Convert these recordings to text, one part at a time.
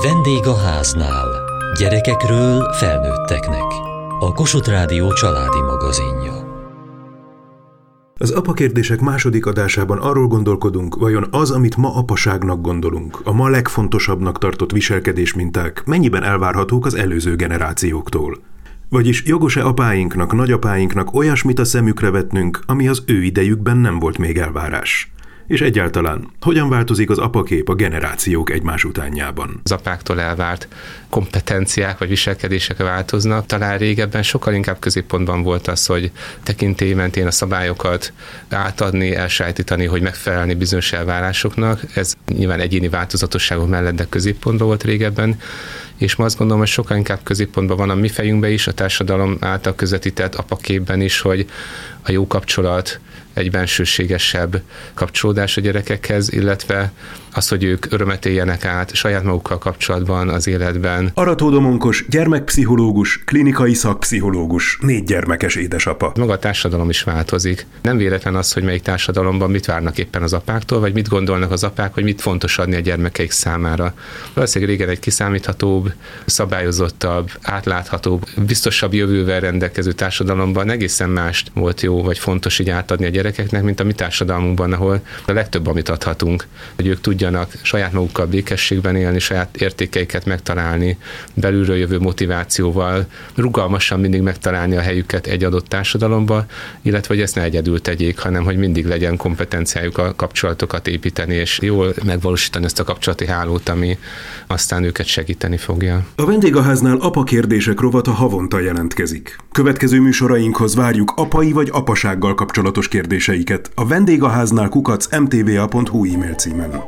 Vendég a háznál. Gyerekekről felnőtteknek. A Kossuth Rádió családi magazinja. Az apakérdések második adásában arról gondolkodunk, vajon az, amit ma apaságnak gondolunk, a ma legfontosabbnak tartott viselkedésminták mennyiben elvárhatók az előző generációktól. Vagyis jogos-e apáinknak, nagyapáinknak olyasmit a szemükre vetnünk, ami az ő idejükben nem volt még elvárás? És egyáltalán, hogyan változik az apakép a generációk egymás utánjában? Az apáktól elvárt kompetenciák vagy viselkedések változnak. Talán régebben sokkal inkább középpontban volt az, hogy tekintély mentén a szabályokat átadni, elsajátítani, hogy megfelelni bizonyos elvárásoknak. Ez nyilván egyéni változatosságok mellett, de középpontban volt régebben. És ma azt gondolom, hogy sokkal inkább középpontban van a mi fejünkben is, a társadalom által közvetített apaképben is, hogy a jó kapcsolat, egy bensőségesebb kapcsolódás a gyerekekhez, illetve az, hogy ők örömet éljenek át saját magukkal kapcsolatban az életben. Arató Domonkos, gyermekpszichológus, klinikai szakpszichológus, 4 gyermekes édesapa. Maga a társadalom is változik. Nem véletlen az, hogy melyik társadalomban mit várnak éppen az apáktól, vagy mit gondolnak az apák, hogy mit fontos adni a gyermekeik számára. Valószínűleg régen egy kiszámíthatóbb, szabályozottabb, átláthatóbb, biztosabb jövővel rendelkező társadalomban egészen mást volt jó, vagy fontos így átadni a gyerekeknek, mint a mi társadalmunkban, ahol a legtöbb, amit adhatunk, hogy ők tudjanak saját magukkal békességben élni, saját értékeiket megtalálni, belülről jövő motivációval, rugalmasan mindig megtalálni a helyüket egy adott társadalomba, illetve hogy ezt ne egyedül tegyék, hanem hogy mindig legyen kompetenciájuk a kapcsolatokat építeni, és jól megvalósítani ezt a kapcsolati hálót, ami aztán őket segíteni fogja. A Vendégháznál apakérdések rovata havonta jelentkezik. Következő műsorainkhoz várjuk apai vagy apasággal kapcsolatos kérdéseiket a vendégháznál @mtva.hu e-mail címen.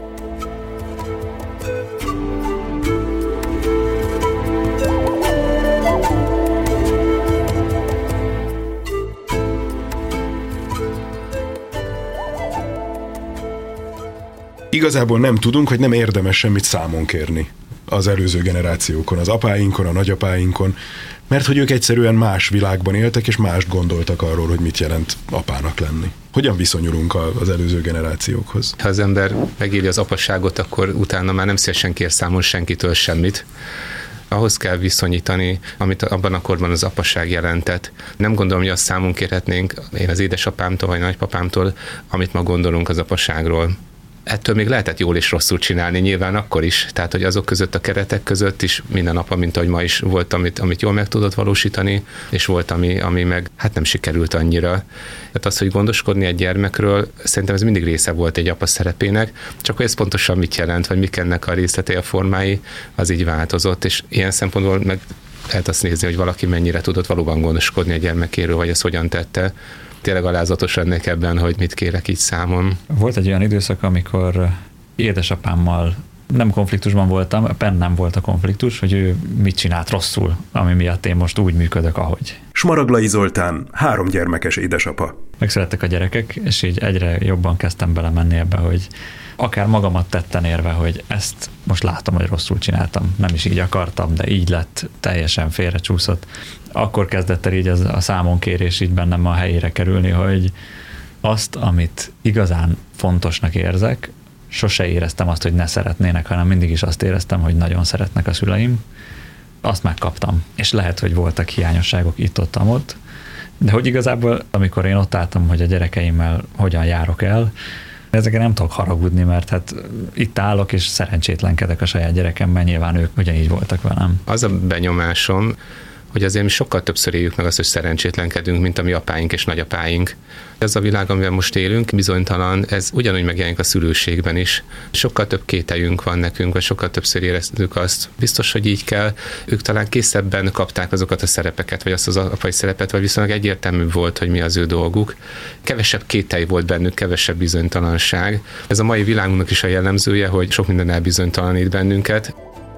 Igazából nem tudunk, hogy nem érdemes semmit számon kérni az előző generációkon, az apáinkon, a nagyapáinkon, mert hogy ők egyszerűen más világban éltek, és mást gondoltak arról, hogy mit jelent apának lenni. Hogyan viszonyulunk az előző generációkhoz? Ha az ember megéli az apaságot, akkor utána már nem szívesen kér számon senkitől semmit. Ahhoz kell viszonyítani, amit abban a korban az apaság jelentett. Nem gondolom, hogy azt számon kérhetnénk én az édesapámtól vagy nagypapámtól, amit ma gondolunk az apaságról. Ettől még lehetett jól és rosszul csinálni, nyilván akkor is. Tehát, hogy azok között, a keretek között is minden apa, mint ahogy ma is volt, amit jól meg tudott valósítani, és volt, ami meg hát nem sikerült annyira. Tehát az, hogy gondoskodni egy gyermekről, szerintem ez mindig része volt egy apa szerepének, csak hogy ez pontosan mit jelent, vagy mik ennek a részletei, a formái, az így változott, és ilyen szempontból meg lehet azt nézni, hogy valaki mennyire tudott valóban gondoskodni a gyermekéről, vagy ezt hogyan tette. Tényleg alázatos lennék ebben, hogy mit kérek így számon. Volt egy olyan időszak, amikor édesapámmal nem konfliktusban voltam, bennem volt a konfliktus, hogy ő mit csinált rosszul, ami miatt én most úgy működök, ahogy. Smaraglai Zoltán, 3 gyermekes édesapa. Megszülettek a gyerekek, és így egyre jobban kezdtem belemenni ebbe, hogy akár magamat tetten érve, hogy ezt most látom, hogy rosszul csináltam. Nem is így akartam, de így lett, teljesen félrecsúszott. Akkor kezdett el így a számonkérés így bennem a helyére kerülni, hogy azt, amit igazán fontosnak érzek, sose éreztem azt, hogy ne szeretnének, hanem mindig is azt éreztem, hogy nagyon szeretnek a szüleim. Azt megkaptam. És lehet, hogy voltak hiányosságok itt-ott, de hogy igazából, amikor én ott álltam, hogy a gyerekeimmel hogyan járok el, ezeken nem tudok haragudni, mert hát itt állok, és szerencsétlenkedek a saját gyerekemmel, nyilván ők ugyanígy voltak velem. Az a benyomásom, hogy azért mi sokkal többször éljük meg azt, hogy szerencsétlenkedünk, mint a mi apáink és nagyapáink. Ez a világ, amiben most élünk, bizonytalan, ez ugyanúgy megjelenik a szülőségben is. Sokkal több kételjünk van nekünk, vagy sokkal többször éreztük azt. Biztos, hogy így kell. Ők talán készebben kapták azokat a szerepeket, vagy azt az apai szerepet, vagy viszonylag egyértelmű volt, hogy mi az ő dolguk. Kevesebb kételj volt bennük, kevesebb bizonytalanság. Ez a mai világunknak is a jellemzője, hogy sok minden elbizonytalanít bennünket.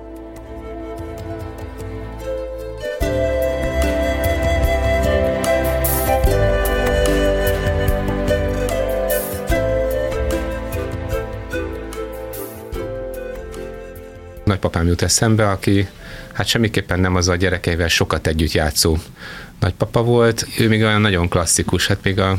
Nagypapám jut eszembe, aki hát semmiképpen nem az a gyerekeivel sokat együtt játszó nagypapa volt. Ő még olyan nagyon klasszikus, hát még a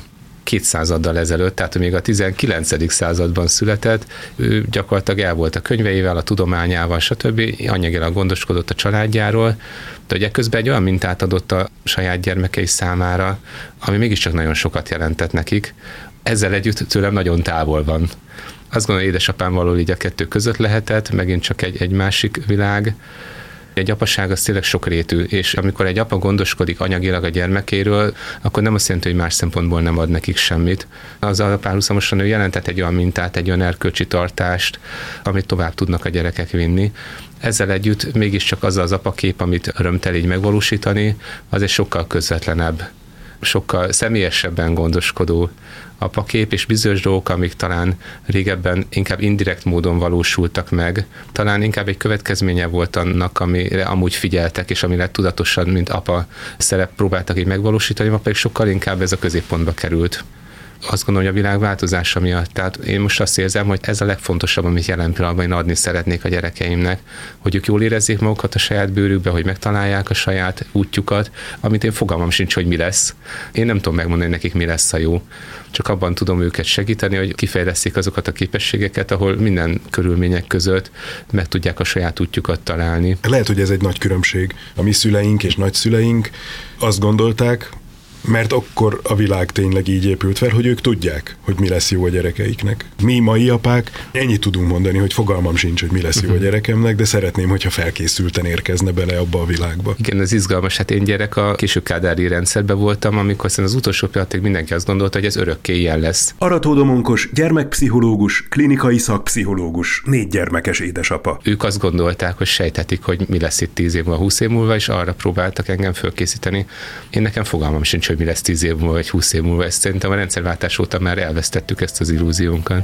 200-addal ezelőtt, tehát még a 19. században született, ő gyakorlatilag el volt a könyveivel, a tudományával, stb. Anyagilag gondoskodott a családjáról, de ugye közben egy olyan mintát adott a saját gyermekei számára, ami mégiscsak nagyon sokat jelentett nekik. Ezzel együtt tőlem nagyon távol van. Azt gondolom, édesapám való így a kettő között lehetett, megint csak egy másik világ. Egy apaság az tényleg sokrétű, és amikor egy apa gondoskodik anyagilag a gyermekéről, akkor nem azt jelenti, hogy más szempontból nem ad nekik semmit. Azzal párhuzamosan ő jelentett egy olyan mintát, egy olyan erkölcsi tartást, amit tovább tudnak a gyerekek vinni. Ezzel együtt mégiscsak az az apakép, amit örömtel így megvalósítani, az egy sokkal közvetlenebb, sokkal személyesebben gondoskodó apakép, és bizonyos dolgok, amik talán régebben inkább indirekt módon valósultak meg, talán inkább egy következménye volt annak, amire amúgy figyeltek, és amire tudatosan, mint apa szerep próbáltak így megvalósítani, ma pedig sokkal inkább ez a középpontba került. Azt gondolom, hogy a világ változása miatt. Tehát én most azt érzem, hogy ez a legfontosabb, amit jelen pillanatban én adni szeretnék a gyerekeimnek, hogy ők jól érezzék magukat a saját bőrükbe, hogy megtalálják a saját útjukat, amit én fogalmam sincs, hogy mi lesz. Én nem tudom megmondani nekik, mi lesz a jó. Csak abban tudom őket segíteni, hogy kifejleszték azokat a képességeket, ahol minden körülmények között meg tudják a saját útjukat találni. Lehet, hogy ez egy nagy különbség. A mi szüleink és nagyszüleink azt gondolták, mert akkor a világ tényleg így épült fel, hogy ők tudják, hogy mi lesz jó a gyerekeiknek. Mi mai apák ennyit tudunk mondani, hogy fogalmam sincs, hogy mi lesz jó a gyerekemnek, de szeretném, hogyha felkészülten érkezne bele abba a világba. Igen, ez izgalmas. Hát én gyerek a késő kádári rendszerben voltam, amikor az utolsó pillanatig mindenki azt gondolta, hogy ez örökké ilyen lesz. Arató Domonkos, gyermekpszichológus, klinikai szakpszichológus, 4 gyermekes édesapa. Ők azt gondolták, hogy sejthetik, hogy mi lesz itt 10 év múlva, 20 év múlva, és arra próbáltak engem fölkészíteni. Én nekem fogalmam sincs, hogy mi lesz 10 év múlva, vagy 20 év múlva. Ezt szerintem a rendszerváltás óta már elvesztettük ezt az illúziónkat.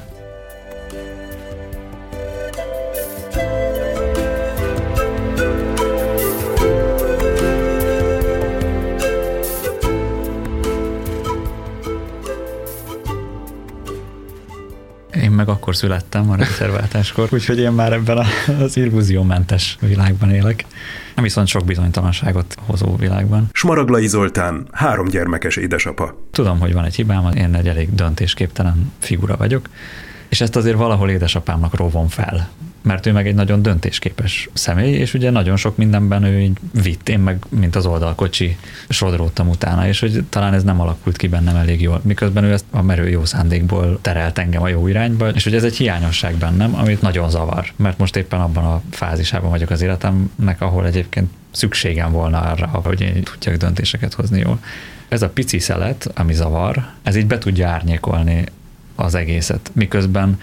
Én meg akkor születtem a rendszerváltáskor, úgyhogy én már ebben az illúziómentes világban élek. Viszont sok bizonytalanságot hozó világban. Smaraglai Zoltán, 3 gyermekes édesapa. Tudom, hogy van egy hibám, én egy elég döntésképtelen figura vagyok, és ezt azért valahol édesapámnak rovom fel, mert ő meg egy nagyon döntésképes személy, és ugye nagyon sok mindenben ő így vitt, én meg, mint az oldalkocsi, sodródtam utána, és hogy talán ez nem alakult ki bennem elég jól, miközben ő ezt a merő jó szándékból terelt engem a jó irányba, és hogy ez egy hiányosság bennem, amit nagyon zavar, mert most éppen abban a fázisában vagyok az életemnek, ahol egyébként szükségem volna arra, hogy én tudjak döntéseket hozni jól. Ez a pici szelet, ami zavar, ez így be tudja árnyékolni az egészet, miközben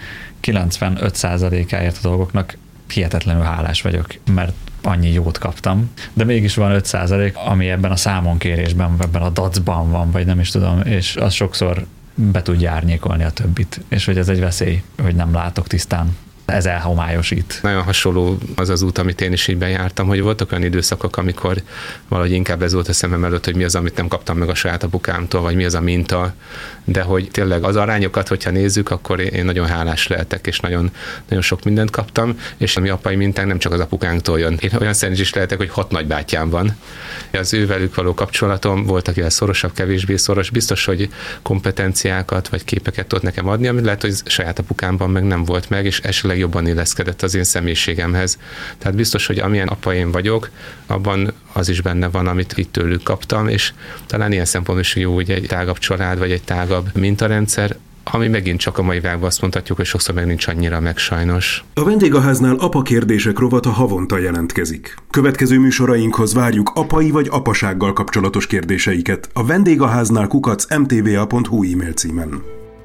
95%-áért a dolgoknak hihetetlenül hálás vagyok, mert annyi jót kaptam, de mégis van 5%, ami ebben a számonkérésben, ebben a dacban van, vagy nem is tudom, és az sokszor be tudja árnyékolni a többit, és hogy ez egy veszély, hogy nem látok tisztán. Ez elhomályosít. Nagyon hasonló az az út, amit én is így bejártam, hogy voltak olyan időszakok, amikor valahogy inkább ez volt a szemem előtt, hogy mi az, amit nem kaptam meg a saját apukámtól, vagy mi az a minta, de hogy tényleg az arányokat, hogyha nézzük, akkor én nagyon hálás lehetek, és nagyon, nagyon sok mindent kaptam, és a mi apai mintánk nem csak az apukánktól jön. Én olyan szerencsés lehetek, hogy 6 nagybátyám van. Az ővelük való kapcsolatom volt, akivel szorosabb, kevésbé szoros, biztos, hogy kompetenciákat vagy képeket tudott nekem adni, amit lehet, hogy saját apukámban meg nem volt meg, és esetleg jobban illeszkedett az én személyiségemhez. Tehát biztos, hogy amilyen apa én vagyok, abban az is benne van, amit itt tőlük kaptam, és talán ilyen szempontból is jó, hogy egy tágabb család, vagy egy tágabb mintarendszer, ami megint csak a mai világban azt mondhatjuk, hogy sokszor meg nincs annyira meg sajnos. A Vendégháznál Apa kérdések rovata havonta jelentkezik. Következő műsorainkhoz várjuk apai vagy apasággal kapcsolatos kérdéseiket a vendégháznál@mtva.hu e-mail címen.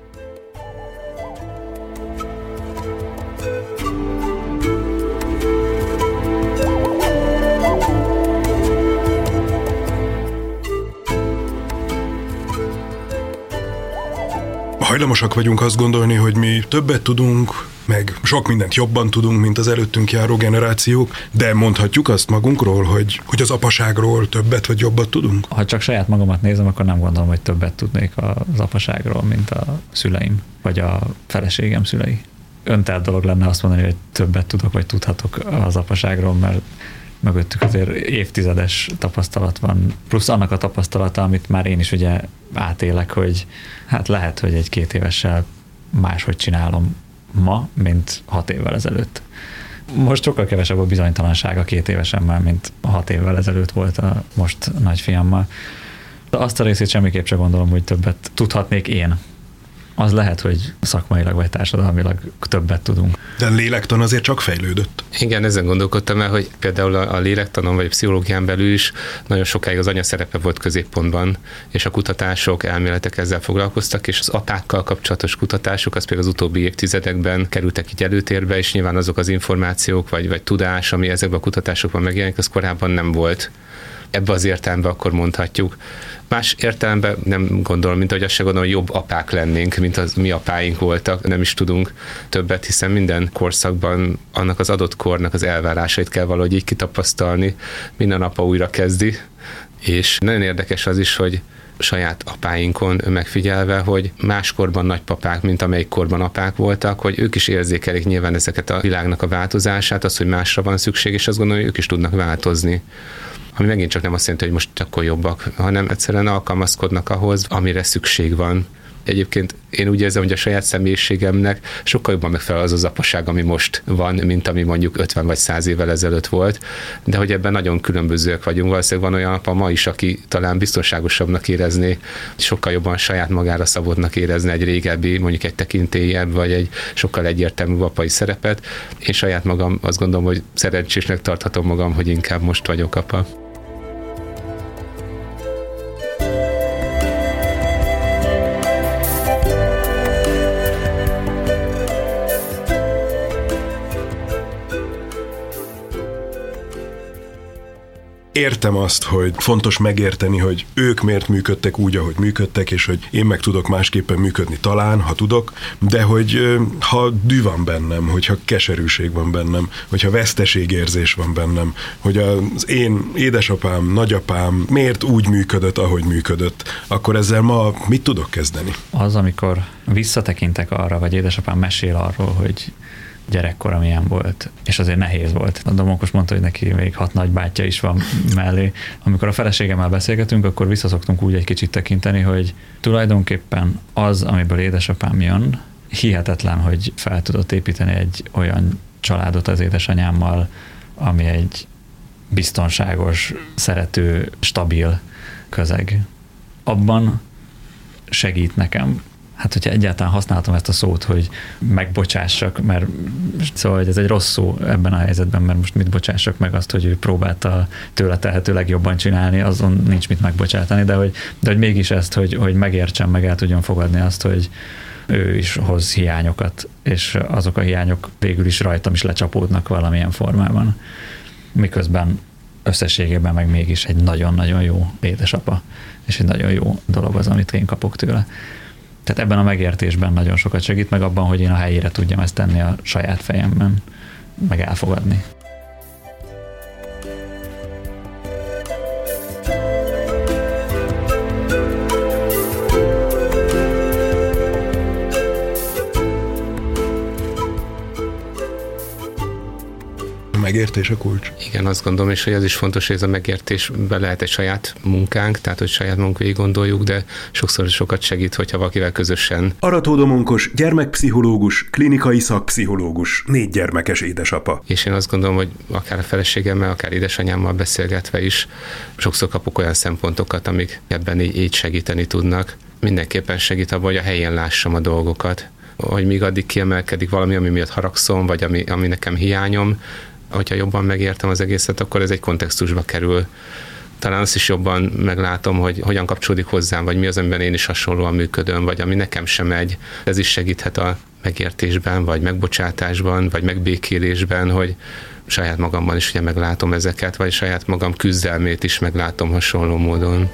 Hajlamosak vagyunk azt gondolni, hogy mi többet tudunk, meg sok mindent jobban tudunk, mint az előttünk járó generációk, de mondhatjuk azt magunkról, hogy az apaságról többet vagy jobbat tudunk? Ha csak saját magamat nézem, akkor nem gondolom, hogy többet tudnék az apaságról, mint a szüleim, vagy a feleségem szülei. Öntelt dolog lenne azt mondani, hogy többet tudok, vagy tudhatok az apaságról, mert mögöttük azért évtizedes tapasztalat van, plusz annak a tapasztalata, amit már én is ugye átélek, hogy hát lehet, hogy 1-2 évessel máshogy csinálom ma, mint 6 évvel ezelőtt. Most sokkal kevesebb a bizonytalanság a 2 évesemmel, mint 6 évvel ezelőtt volt a most nagyfiammal. De azt a részét semmiképp sem gondolom, hogy többet tudhatnék én. Az lehet, hogy szakmailag vagy társadalmilag többet tudunk. De a lélektan azért csak fejlődött. Igen, ezen gondolkodtam el, hogy például a lélektanon vagy a pszichológián belül is nagyon sokáig az anya szerepe volt középpontban, és a kutatások, elméletek ezzel foglalkoztak, és az apákkal kapcsolatos kutatások az például az utóbbi évtizedekben kerültek így előtérbe, és nyilván azok az információk vagy tudás, ami ezekben a kutatásokban megjelenik, az korábban nem volt. Ebbe az értelemben akkor mondhatjuk. Más értelemben nem gondolom, mint ahogy azt se gondolom, hogy jobb apák lennénk, mint az mi apáink voltak. Nem is tudunk többet, hiszen minden korszakban annak az adott kornak az elvárásait kell valahogy így kitapasztalni. Minden apa újra kezdi. És nagyon érdekes az is, hogy saját apáinkon megfigyelve, hogy máskorban nagypapák, mint amelyik korban apák voltak, hogy ők is érzékelik nyilván ezeket a világnak a változását, az, hogy másra van szükség, és azt gondolom, hogy ők is tudnak változni. Ami megint csak nem azt jelenti, hogy most akkor jobbak, hanem egyszerűen alkalmazkodnak ahhoz, amire szükség van. Egyébként én úgy érzem, hogy a saját személyiségemnek sokkal jobban megfelel az apaság, ami most van, mint ami mondjuk 50 vagy 100 évvel ezelőtt volt, de hogy ebben nagyon különbözőek vagyunk. Valószínűleg van olyan apa ma is, aki talán biztonságosabbnak érezné, sokkal jobban saját magára szabottnak érezni egy régebbi, mondjuk egy tekintélyebb, vagy egy sokkal egyértelműbb apai szerepet. Én saját magam azt gondolom, hogy szerencsésnek tarthatom magam, hogy inkább most vagyok apa. Értem azt, hogy fontos megérteni, hogy ők miért működtek úgy, ahogy működtek, és hogy én meg tudok másképpen működni talán, ha tudok, de hogy ha dű van bennem, hogyha keserűség van bennem, hogyha veszteségérzés van bennem, hogy az én édesapám, nagyapám miért úgy működött, ahogy működött, akkor ezzel ma mit tudok kezdeni? Az, amikor visszatekintek arra, vagy édesapám mesél arról, hogy gyerekkora milyen volt, és azért nehéz volt. A Domokos mondta, hogy neki még 6 nagybátyja is van mellé. Amikor a feleségemmel beszélgetünk, akkor visszaszoktunk úgy egy kicsit tekinteni, hogy tulajdonképpen az, amiből édesapám jön, hihetetlen, hogy fel tudott építeni egy olyan családot az édesanyámmal, ami egy biztonságos, szerető, stabil közeg. Abban segít nekem. Hát, hogyha egyáltalán használtam ezt a szót, hogy megbocsássak, mert szóval hogy ez egy rossz szó ebben a helyzetben, mert most mit bocsássak meg azt, hogy ő próbálta tőle tehető legjobban csinálni, azon nincs mit megbocsátani, de hogy mégis ezt, hogy megértsem, meg el tudjon fogadni azt, hogy ő is hoz hiányokat, és azok a hiányok végül is rajtam is lecsapódnak valamilyen formában. Miközben összességében meg mégis egy nagyon-nagyon jó édesapa, és egy nagyon jó dolog az, amit én kapok tőle. Tehát ebben a megértésben nagyon sokat segít, meg abban, hogy én a helyére tudjam ezt tenni a saját fejemben, meg elfogadni. Megértés a kulcs. Igen, azt gondolom, és hogy ez is fontos, hogy ez a megértésben lehet egy saját munkánk, tehát hogy saját magunk végig gondoljuk, de sokszor sokat segít, hogyha valakivel közösen. Arató Domonkos, gyermekpszichológus, klinikai szakpszichológus, 4 gyermekes édesapa. És én azt gondolom, hogy akár a feleségemmel, akár édesanyámmal beszélgetve is sokszor kapok olyan szempontokat, amik ebben így segíteni tudnak. Mindenképpen segít abban, hogy a helyén lássam a dolgokat. Hogy még addig kiemelkedik valami, ami miatt haragszom, vagy ami nekem hiányom, hogyha jobban megértem az egészet, akkor ez egy kontextusba kerül. Talán azt is jobban meglátom, hogy hogyan kapcsolódik hozzám, vagy mi az, amiben én is hasonlóan működöm, vagy ami nekem sem megy. Ez is segíthet a megértésben, vagy megbocsátásban, vagy megbékélésben, hogy saját magamban is ugye meglátom ezeket, vagy saját magam küzdelmét is meglátom hasonló módon.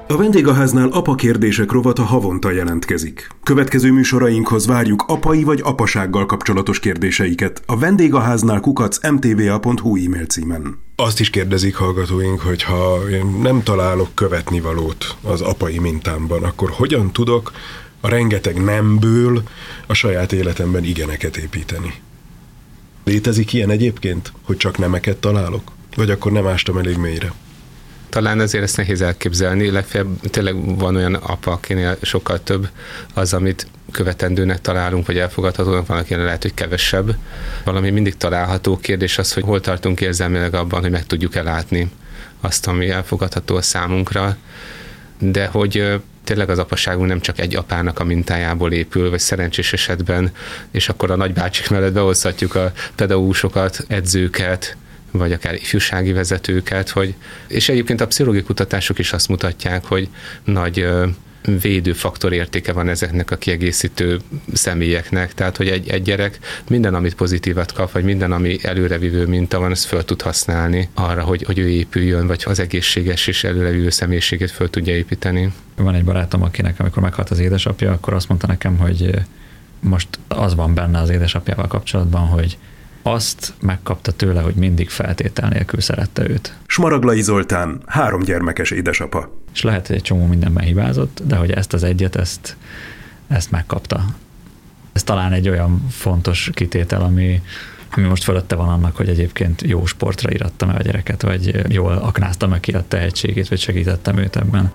A vendégháznál Apa kérdések rovata havonta jelentkezik. Következő műsorainkhoz várjuk apai vagy apasággal kapcsolatos kérdéseiket a vendégháznál@mtva.hu e-mail címen. Azt is kérdezik hallgatóink, hogy ha én nem találok követnivalót az apai mintámban, akkor hogyan tudok a rengeteg nemből a saját életemben igeneket építeni? Létezik ilyen egyébként, hogy csak nemeket találok? Vagy akkor nem ástam elég mélyre? Talán azért ezt nehéz elképzelni, legfeljebb tényleg van olyan apa, akinél sokkal több az, amit követendőnek találunk, vagy elfogadhatónak, van, akinél lehet, hogy kevesebb. Valami mindig található. Kérdés az, hogy hol tartunk érzelmileg abban, hogy meg tudjuk-e látni azt, ami elfogadható a számunkra, de hogy tényleg az apaságunk nem csak egy apának a mintájából épül, vagy szerencsés esetben, és akkor a nagybácsik mellett behozhatjuk a pedagógusokat, edzőket, vagy akár ifjúsági vezetőket, és egyébként a pszichológiai kutatások is azt mutatják, hogy nagy védőfaktor értéke van ezeknek a kiegészítő személyeknek, tehát hogy egy gyerek minden, amit pozitívat kap, vagy minden, ami előrevívő minta van, azt föl tud használni arra, hogy ő épüljön, vagy az egészséges és előrevívő személyiségét föl tudja építeni. Van egy barátom, akinek amikor meghalt az édesapja, akkor azt mondta nekem, hogy most az van benne az édesapjával kapcsolatban, hogy azt megkapta tőle, hogy mindig feltétel nélkül szerette őt. Smaraglai Zoltán, 3 gyermekes édesapa. És lehet, hogy egy csomó mindenben hibázott, de hogy ezt az egyet, ezt megkapta. Ez talán egy olyan fontos kitétel, ami most fölötte van annak, hogy egyébként jó sportra irattam a gyereket, vagy jól aknáztam ki a tehetségét, vagy segítettem őt ebben.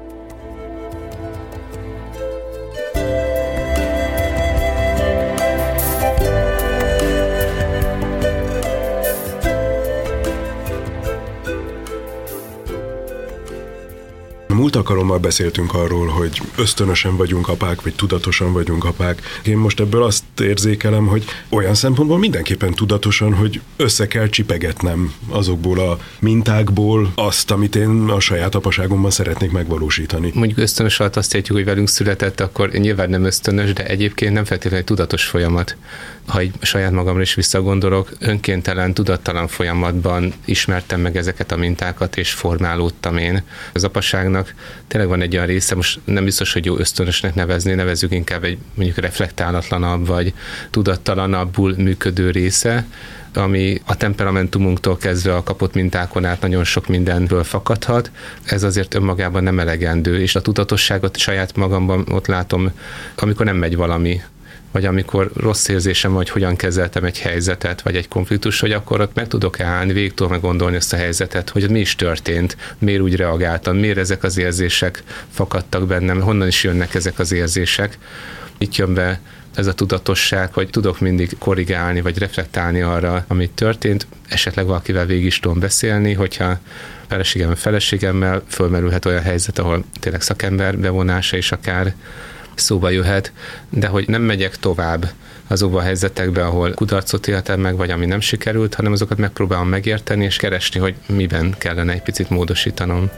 Múlt alkalommal beszéltünk arról, hogy ösztönösen vagyunk apák, vagy tudatosan vagyunk apák. Én most ebből azt érzékelem, hogy olyan szempontból mindenképpen tudatosan, hogy össze kell csipegetnem azokból a mintákból azt, amit én a saját apaságomban szeretnék megvalósítani. Mondjuk ösztönös alatt azt értjük, hogy velünk született, akkor nyilván nem ösztönös, de egyébként nem feltétlenül egy tudatos folyamat. Ha egy saját magamra is visszagondolok, önkéntelen, tudattalan folyamatban ismertem meg ezeket a mintákat, és formálódtam én. Az apaságnak tényleg van egy olyan része, most nem biztos, hogy jó ösztönösnek nevezni, nevezzük inkább egy mondjuk reflektálatlanabb, vagy tudattalanabbul működő része, ami a temperamentumunktól kezdve a kapott mintákon át nagyon sok mindenből fakadhat. Ez azért önmagában nem elegendő, és a tudatosságot saját magamban ott látom, amikor nem megy valami, vagy amikor rossz érzésem, hogy hogyan kezeltem egy helyzetet, vagy egy konfliktus, hogy akkor ott meg tudok állni, végig tudom meggondolni ezt a helyzetet, hogy mi is történt, miért úgy reagáltam, miért ezek az érzések fakadtak bennem, honnan is jönnek ezek az érzések. Itt jön be ez a tudatosság, hogy tudok mindig korrigálni, vagy reflektálni arra, amit történt, esetleg valakivel végig is tudom beszélni, hogyha feleségemmel fölmerülhet olyan helyzet, ahol tényleg szakember bevonása is akár szóba jöhet, de hogy nem megyek tovább azokban a helyzetekben, ahol kudarcot éltem meg, vagy ami nem sikerült, hanem azokat megpróbálom megérteni, és keresni, hogy miben kellene egy picit módosítanom.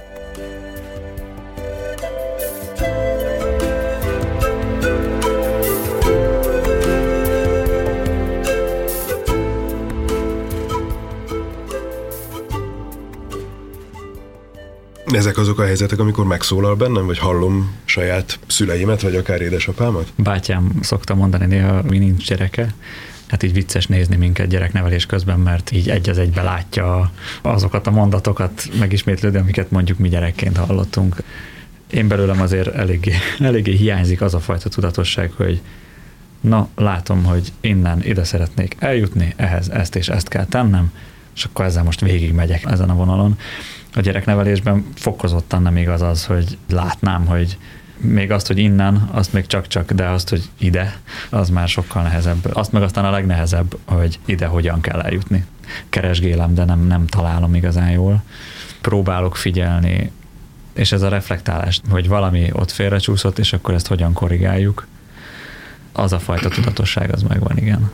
Ezek azok a helyzetek, amikor megszólal bennem, vagy hallom saját szüleimet, vagy akár édesapámat? Bátyám szokta mondani néha, hogy nincs gyereke. Hát így vicces nézni minket gyereknevelés közben, mert így egy az egybe látja azokat a mondatokat megismétlődni, amiket mondjuk mi gyerekként hallottunk. Én belőlem azért eléggé hiányzik az a fajta tudatosság, hogy na, látom, hogy innen ide szeretnék eljutni, ehhez ezt és ezt kell tennem, és akkor ezzel most végig megyek ezen a vonalon. A gyereknevelésben fokozottan nem igaz az, hogy látnám, hogy még azt, hogy innen, azt még csak, de azt, hogy ide, az már sokkal nehezebb. Azt meg aztán a legnehezebb, hogy ide hogyan kell eljutni. Keresgélem, de nem találom igazán jól. Próbálok figyelni, és ez a reflektálás, hogy valami ott félrecsúszott, és akkor ezt hogyan korrigáljuk, az a fajta tudatosság, az megvan, igen.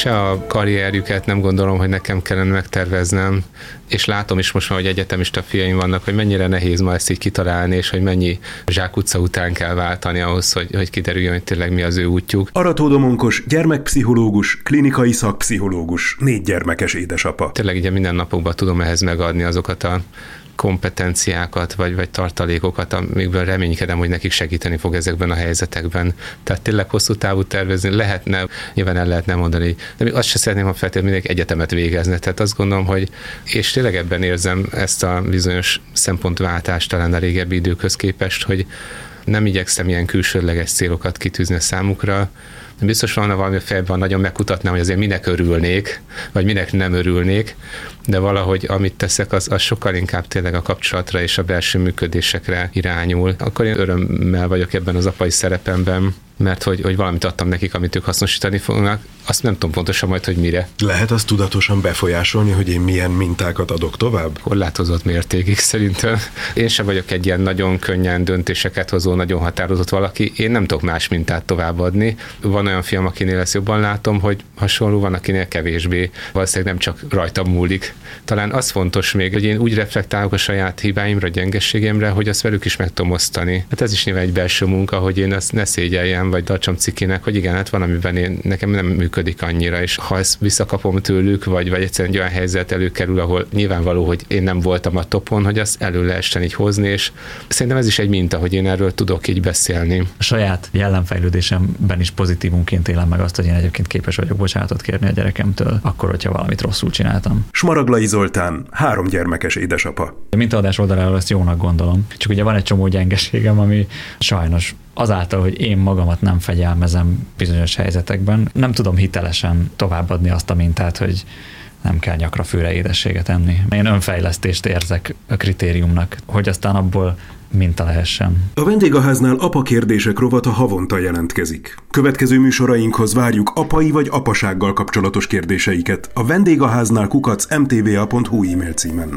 se a karrierjüket nem gondolom, hogy nekem kellene megterveznem, és látom is most már, hogy egyetemista fiaim vannak, hogy mennyire nehéz ma ezt így kitalálni, és hogy mennyi zsákutca után kell váltani ahhoz, hogy kiderüljön, hogy tényleg mi az ő útjuk. Arató Domonkos, gyermekpszichológus, klinikai szakpszichológus, 4 gyermekes édesapa. Tényleg ugye minden napokban tudom ehhez megadni azokat a kompetenciákat, vagy tartalékokat, amikből reménykedem, hogy nekik segíteni fog ezekben a helyzetekben. Tehát tényleg hosszú távú tervezni lehetne, nyilván el lehetne mondani, de még azt sem szeretném, ha feltétlenül mindenki egyetemet végezne. Tehát azt gondolom, hogy és tényleg ebben érzem ezt a bizonyos szempontváltást talán a régebbi időkhöz képest, hogy nem igyekszem ilyen külsődleges célokat kitűzni a számukra. Biztos van valami fejben, nagyon megkutatnám, hogy azért minek örülnék, vagy minek nem örülnék, de valahogy amit teszek, az sokkal inkább tényleg a kapcsolatra és a belső működésekre irányul. Akkor én örömmel vagyok ebben az apai szerepemben, mert hogy valamit adtam nekik, amit ők hasznosítani fognak. Azt nem tudom pontosan majd, hogy mire. Lehet azt tudatosan befolyásolni, hogy én milyen mintákat adok tovább? Korlátozott mértékig szerintem. Én sem vagyok egy ilyen nagyon könnyen döntéseket hozó, nagyon határozott valaki. Én nem tudok más mintát továbbadni. Van olyan film, akinél ezt jobban látom, hogy hasonló, van, akinél kevésbé. Valószínűleg nem csak rajtam múlik. Talán az fontos még, hogy én úgy reflektálok a saját hibáimra, gyengességemre, hogy azt velük is meg tudom osztani. Hát ez is nyilván egy belső munka, hogy én azt ne szégyeljem, vagy tartsam cikinek, hogy igen, hát van, amiben nekem nem működik annyira, és ha ezt visszakapom tőlük, vagy egyszerűen egy olyan helyzet előkerül, ahol nyilvánvaló, hogy én nem voltam a topon, hogy azt elő lehessen így hozni, és szerintem ez is egy minta, hogy én erről tudok így beszélni. A saját jellemfejlődésemben is pozitívunként élem meg azt, hogy én egyébként képes vagyok bocsánatot kérni a gyerekemtől, akkor, hogyha valamit rosszul csináltam. Smaraglai Zoltán, 3 gyermekes édesapa. A mintaadás oldaláról ezt jónak gondolom. Csak ugye van egy csomó gyengeségem, ami sajnos azáltal, hogy én magamat nem fegyelmezem bizonyos helyzetekben, nem tudom hitelesen továbbadni azt a mintát, hogy nem kell nyakra főre édességet enni. Én önfejlesztést érzek a kritériumnak, hogy aztán abból minta lehessen. A vendégháznál apa kérdések rovata havonta jelentkezik. Következő műsorainkhoz várjuk apai vagy apasággal kapcsolatos kérdéseiket a vendégháznál @mtva.hu e-mail címen.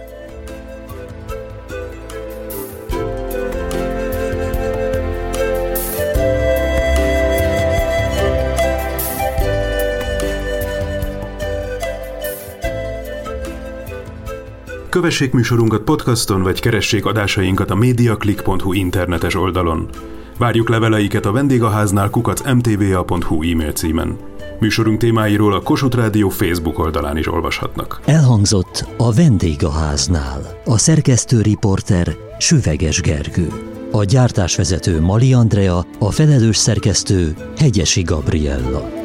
Kövessék műsorunkat podcaston, vagy keressék adásainkat a mediaclick.hu internetes oldalon. Várjuk leveleiket a vendégháznál @mtva.hu e-mail címen. Műsorunk témáiról a Kossuth Rádió Facebook oldalán is olvashatnak. Elhangzott a vendégháznál. A szerkesztő riporter Süveges Gergő. A gyártásvezető Mali Andrea, a felelős szerkesztő Hegyesi Gabriella.